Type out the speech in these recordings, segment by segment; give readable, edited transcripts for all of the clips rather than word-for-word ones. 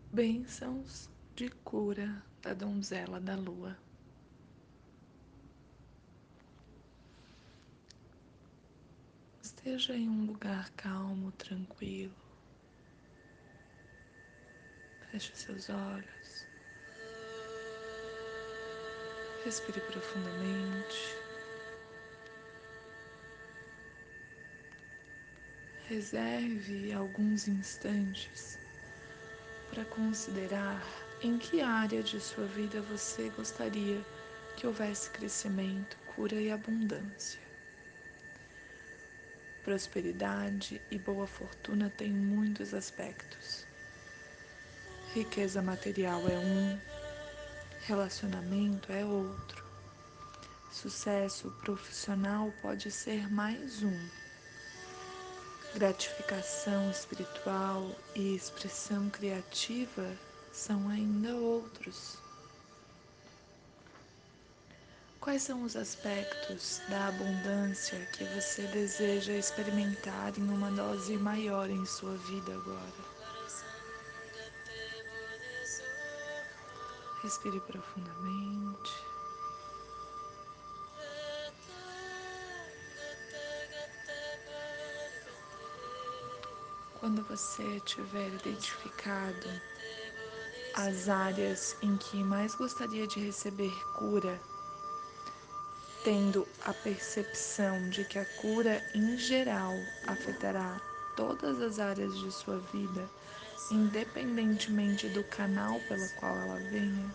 Bênçãos de cura da donzela da lua. Esteja em um lugar calmo, tranquilo. Feche seus olhos. Respire profundamente. Reserve alguns instantes para considerar em que área de sua vida você gostaria que houvesse crescimento, cura e abundância. Prosperidade e boa fortuna têm muitos aspectos. Riqueza material é um, relacionamento é outro. Sucesso profissional pode ser mais um. Gratificação espiritual e expressão criativa são ainda outros. Quais são os aspectos da abundância que você deseja experimentar em uma dose maior em sua vida agora? Respire profundamente. Quando você tiver identificado as áreas em que mais gostaria de receber cura, tendo a percepção de que a cura em geral afetará todas as áreas de sua vida, independentemente do canal pelo qual ela venha,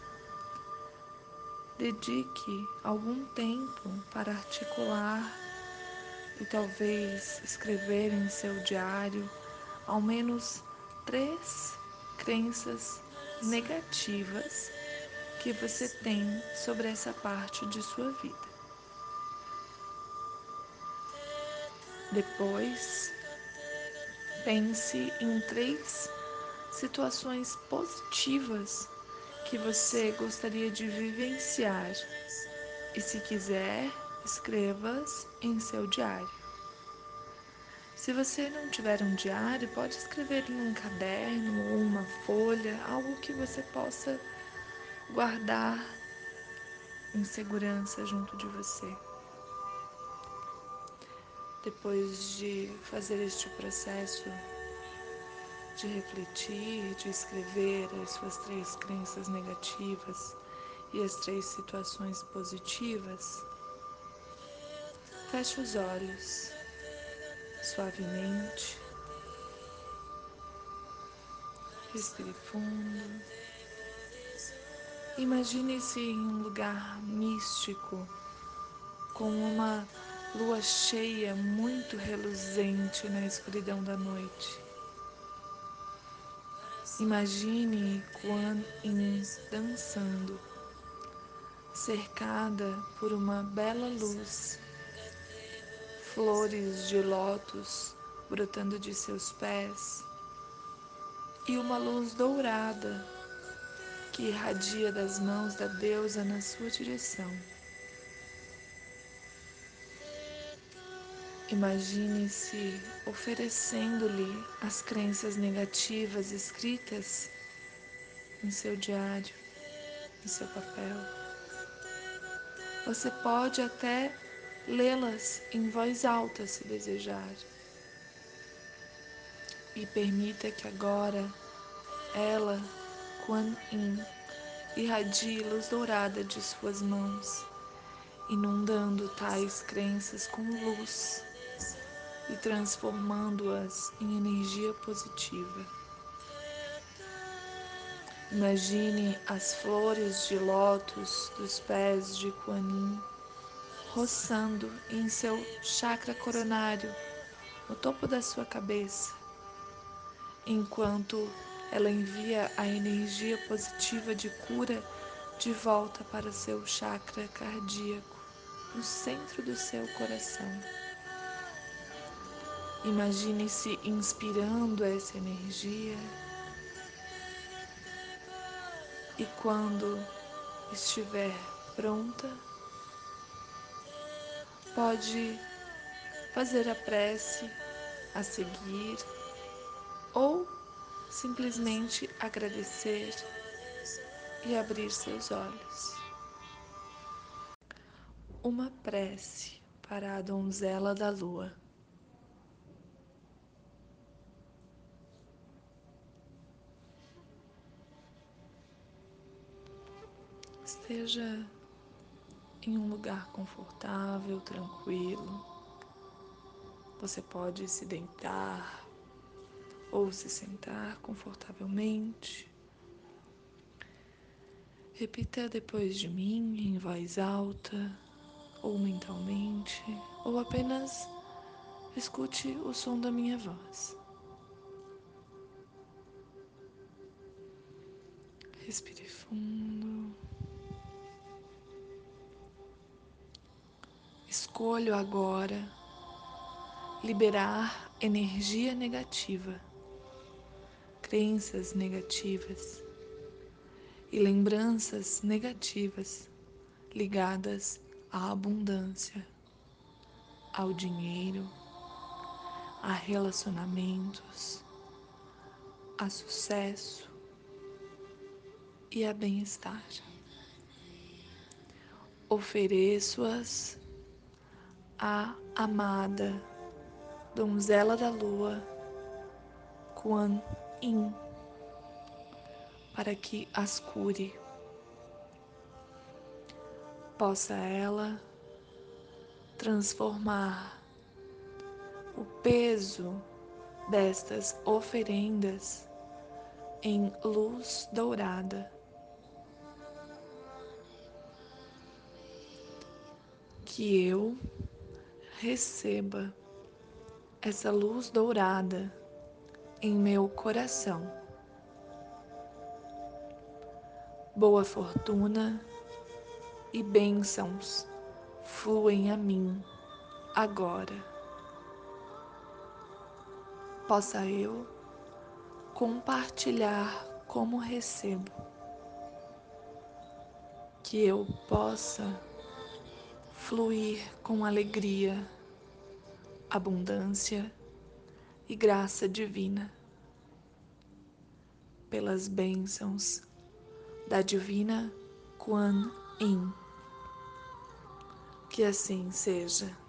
dedique algum tempo para articular e talvez escrever em seu diário ao menos 3 crenças negativas que você tem sobre essa parte de sua vida. Depois, pense em 3 situações positivas que você gostaria de vivenciar e, se quiser, escreva-as em seu diário. Se você não tiver um diário, pode escrever em um caderno ou uma folha, algo que você possa guardar em segurança junto de você. Depois de fazer este processo de refletir, de escrever as suas 3 crenças negativas e as 3 situações positivas, feche os olhos suavemente, respire fundo. Imagine-se em um lugar místico, com uma lua cheia muito reluzente na escuridão da noite. Imagine Kuan Yin dançando, cercada por uma bela luz, flores de lótus brotando de seus pés e uma luz dourada que irradia das mãos da deusa na sua direção. Imagine-se oferecendo-lhe as crenças negativas escritas em seu diário, em seu papel. Você pode até lê-las em voz alta se desejar. E permita que agora ela, Kuan Yin, irradie luz dourada de suas mãos, inundando tais crenças com luz e transformando-as em energia positiva. Imagine as flores de lótus dos pés de Kuan Yin roçando em seu chakra coronário, no topo da sua cabeça, enquanto ela envia a energia positiva de cura de volta para seu chakra cardíaco, no centro do seu coração. Imagine-se inspirando essa energia e, quando estiver pronta, pode fazer a prece a seguir ou simplesmente agradecer e abrir seus olhos. Uma prece para a donzela da lua. Esteja em um lugar confortável, tranquilo. Você pode se deitar ou se sentar confortavelmente. Repita depois de mim em voz alta ou mentalmente, ou apenas escute o som da minha voz. Respire fundo. Escolho agora liberar energia negativa, crenças negativas e lembranças negativas ligadas à abundância, ao dinheiro, a relacionamentos, a sucesso e a bem-estar. Ofereço-as à amada donzela da lua, Kuan Yin, para que as cure. Possa ela transformar o peso destas oferendas em luz dourada, que eu receba essa luz dourada em meu coração. Boa fortuna e bênçãos fluem a mim agora. Possa eu compartilhar como recebo, que eu possa fluir com alegria, abundância e graça divina, pelas bênçãos da divina Kuan Yin. Que assim seja.